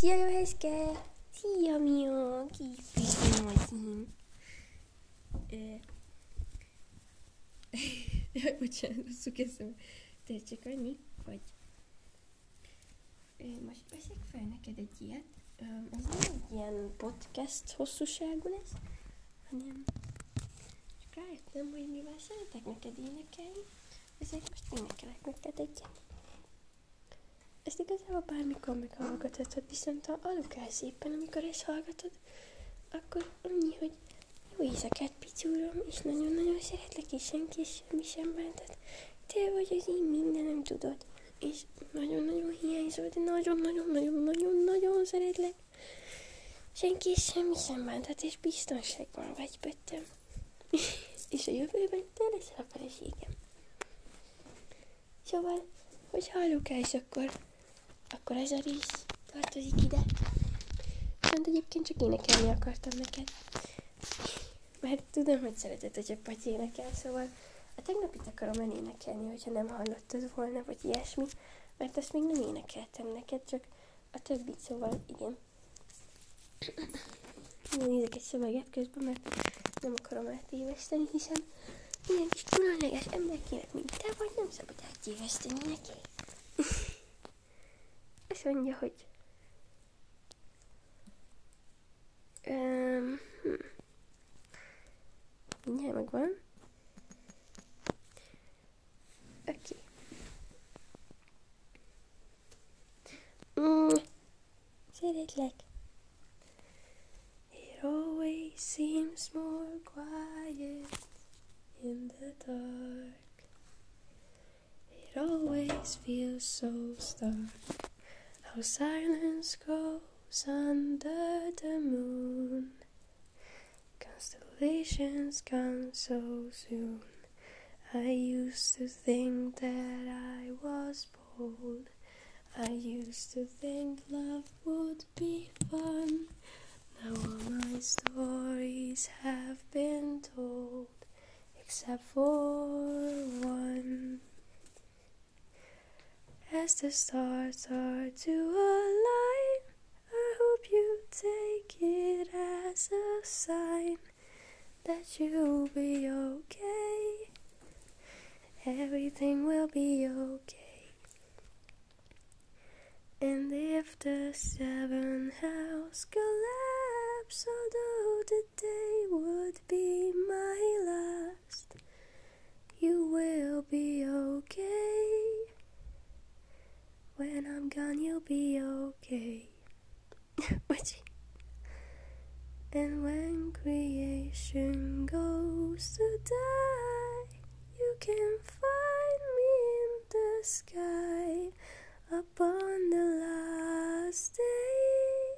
Szia, Joheske! Szia, Mia! Kis Miózim! Bocsánat, rosszul kezdtem. Te csak annyi, hogy most veszek fel neked egy ilyet. Ez nem egy ilyen podcast hosszúságú lesz, hanem csak rájöttem, hogy mivel szeretek neked énekelni, ezért most énekelek neked egyet. Ezt igazából bármikor meghallgathatod, viszont ha aludgál szépen, amikor ezt hallgatod, akkor annyi, hogy jó éjszakát, picúrom, és nagyon-nagyon szeretlek, és senki semmi sem bántat. Te vagy az én mindenem, tudod. És nagyon-nagyon hiányzol, de nagyon-nagyon-nagyon-nagyon-nagyon szeretlek. Senki semmi sem bántat, és biztonságban vagy, Pöttöm. És a jövőben te leszel a feleségem. Szóval, hogy hallukálsz, akkor ez a rész tartozik ide. Viszont egyébként csak énekelni akartam neked. Mert tudom, hogy szereted, hogyha Patyi énekel, szóval a tegnapit akarom elénekelni, hogyha nem hallottad volna, vagy ilyesmi, mert azt még nem énekeltem neked, csak a többit, szóval igen. Nézek egy szöveget közben, mert nem akarom eltéveszteni, hiszen ilyen kis különleges emberkének, mint te vagy, nem szabad eltéveszteni neki. Azt mondja, hogy mindjárt megvan. Oké. Szeretlek. It always seems more quiet in the dark. It always feels so stark. How silence grows under the moon. Constellations come so soon. I used to think that I was bold. I used to think love would be fun. Now all my stories have been told, except for one. As the stars start to align, I hope you take it as a sign that you'll be okay. Everything will be okay. And if the seventh house collapse, although the day would be my last, you will be okay. When I'm gone, you'll be okay. And when creation goes to die, you can find me in the sky upon the last day,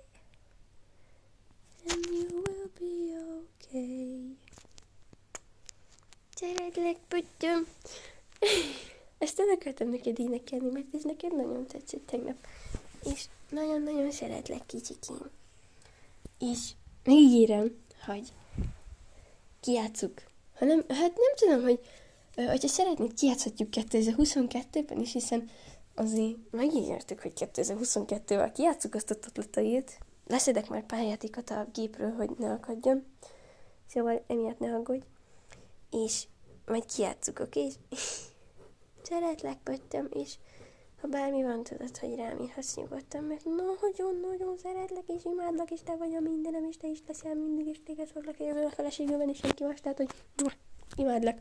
and you will be okay. Szeretlek, Pöttöm! Ezt el akartam neked énekelni, mert ez neked nagyon tetszett tegnap. És nagyon-nagyon szeretlek, kicsikém. És megígérem, hogy kijátszuk. Hát nem tudom, hogy hogyha szeretnéd, kijátszhatjuk 2022-ben is, hiszen azért megígértük, hogy 2022-vel kijátszuk azt a tatlatait. Leszedek már pályátékat a gépről, hogy ne akadjon. Szóval emiatt ne aggódj. És majd kijátszuk, oké? Szeretlek, Pöttöm, és ha bármi van, tudod, hogy rám írhatsz nyugodtan, mert nagyon-nagyon szeretlek, és imádlak, és te vagy a mindenem, és te is leszel mindig, és téged foglak a jövőn a feleségülben, és senki más, tehát, hogy imádlak.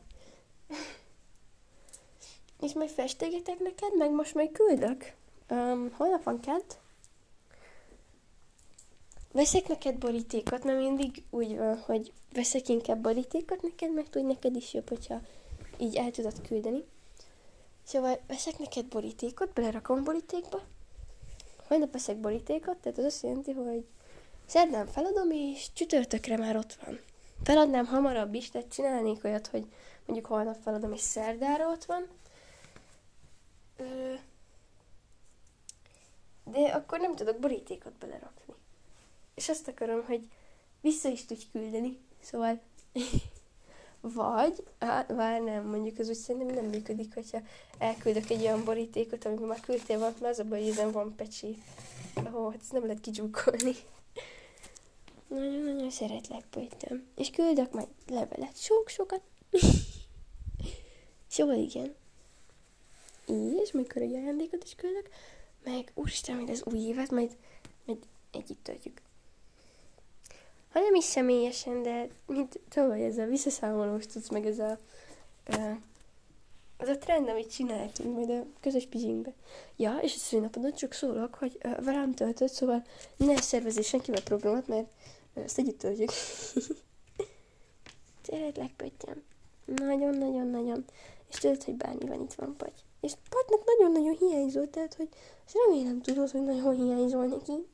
És majd festégetek neked, meg most majd küldök. Holnap van kedd. Veszek neked borítékot, mert mindig úgy van, hogy veszek inkább borítékot neked, mert úgy neked is jobb, hogyha így el tudod küldeni. Szóval veszek neked borítékot, belerakom borítékba. Holnap veszek borítékot, tehát az azt jelenti, hogy szerdán feladom, és csütörtökre már ott van. Feladnám hamarabb is, tehát csinálnék olyat, hogy mondjuk holnap feladom, és szerdára ott van. De akkor nem tudok borítékot belerakni. És azt akarom, hogy vissza is tudj küldeni. Szóval... Vagy, nem, mondjuk az úgy szerintem nem működik, hogyha elküldök egy olyan borítékot, amiben már küldtél van, mert az a baj, hogy ezen van pecsi. Ó, hát ezt nem lehet kicsúkolni. Nagyon-nagyon szeretlek, pöttyöm. És küldök majd levelet. Sok-sokat. Szóval igen. És mikor egy ajándékot is küldök, meg úristen, majd az új évet, majd együtt töltjük. Ha nem is személyesen, de mint tavaly ez a visszaszámolós tudsz, meg ez az a trend, amit csináltunk majd a közös pizsinkbe. Ja, és a szülinapodon csak szólok, hogy velem töltött, szóval ne szervezzél senkivel programot, mert ezt együtt töltjük. Szeretlek, pöttyem. Nagyon-nagyon-nagyon. És tudod, hogy bármi van, itt van Paty. És Patynak nagyon-nagyon hiányzott, tehát, hogy és remélem tudod, hogy nagyon hiányzol neki.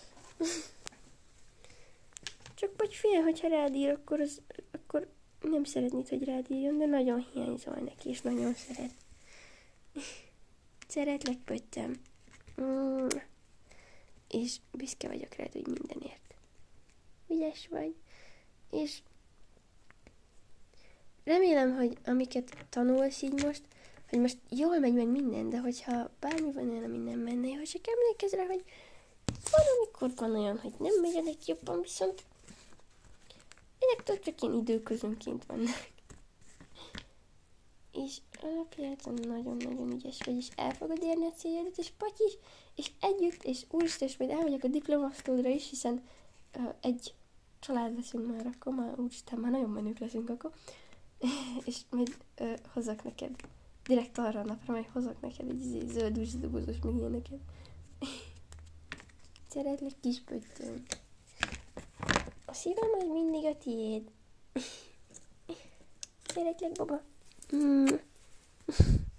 Csak Paty fél, hogyha rád ír, akkor nem szeretnéd, hogy rád írjon, de nagyon hiányzol neki, és nagyon szeret. Szeretlek, pöttyem. És büszke vagyok rád, hogy mindenért. Ügyes vagy. És remélem, hogy amiket tanulsz így most jól megy meg minden, de hogyha bármi van olyan, ami nem menne, hogy csak emlékezz rá, hogy valamikor van olyan, hogy nem megy ennek jobban, viszont ennek csak ilyen időközönként vannak. És alapjáton nagyon-nagyon ügyes vagy, és el fogod érni a céljadat, és Paty is, és együtt, és úristen, és majd elmegyek a diplomasztódra is, hiszen egy család leszünk már akkor, már úristen, már nagyon menők leszünk akkor, és majd hozzak neked, direkt arra a napra, majd hozok neked egy zöld dobozos, meg ilyeneket. Szeretlek, kis pöttyöm. A szívem az mindig a tiéd. Szeretlek, baba.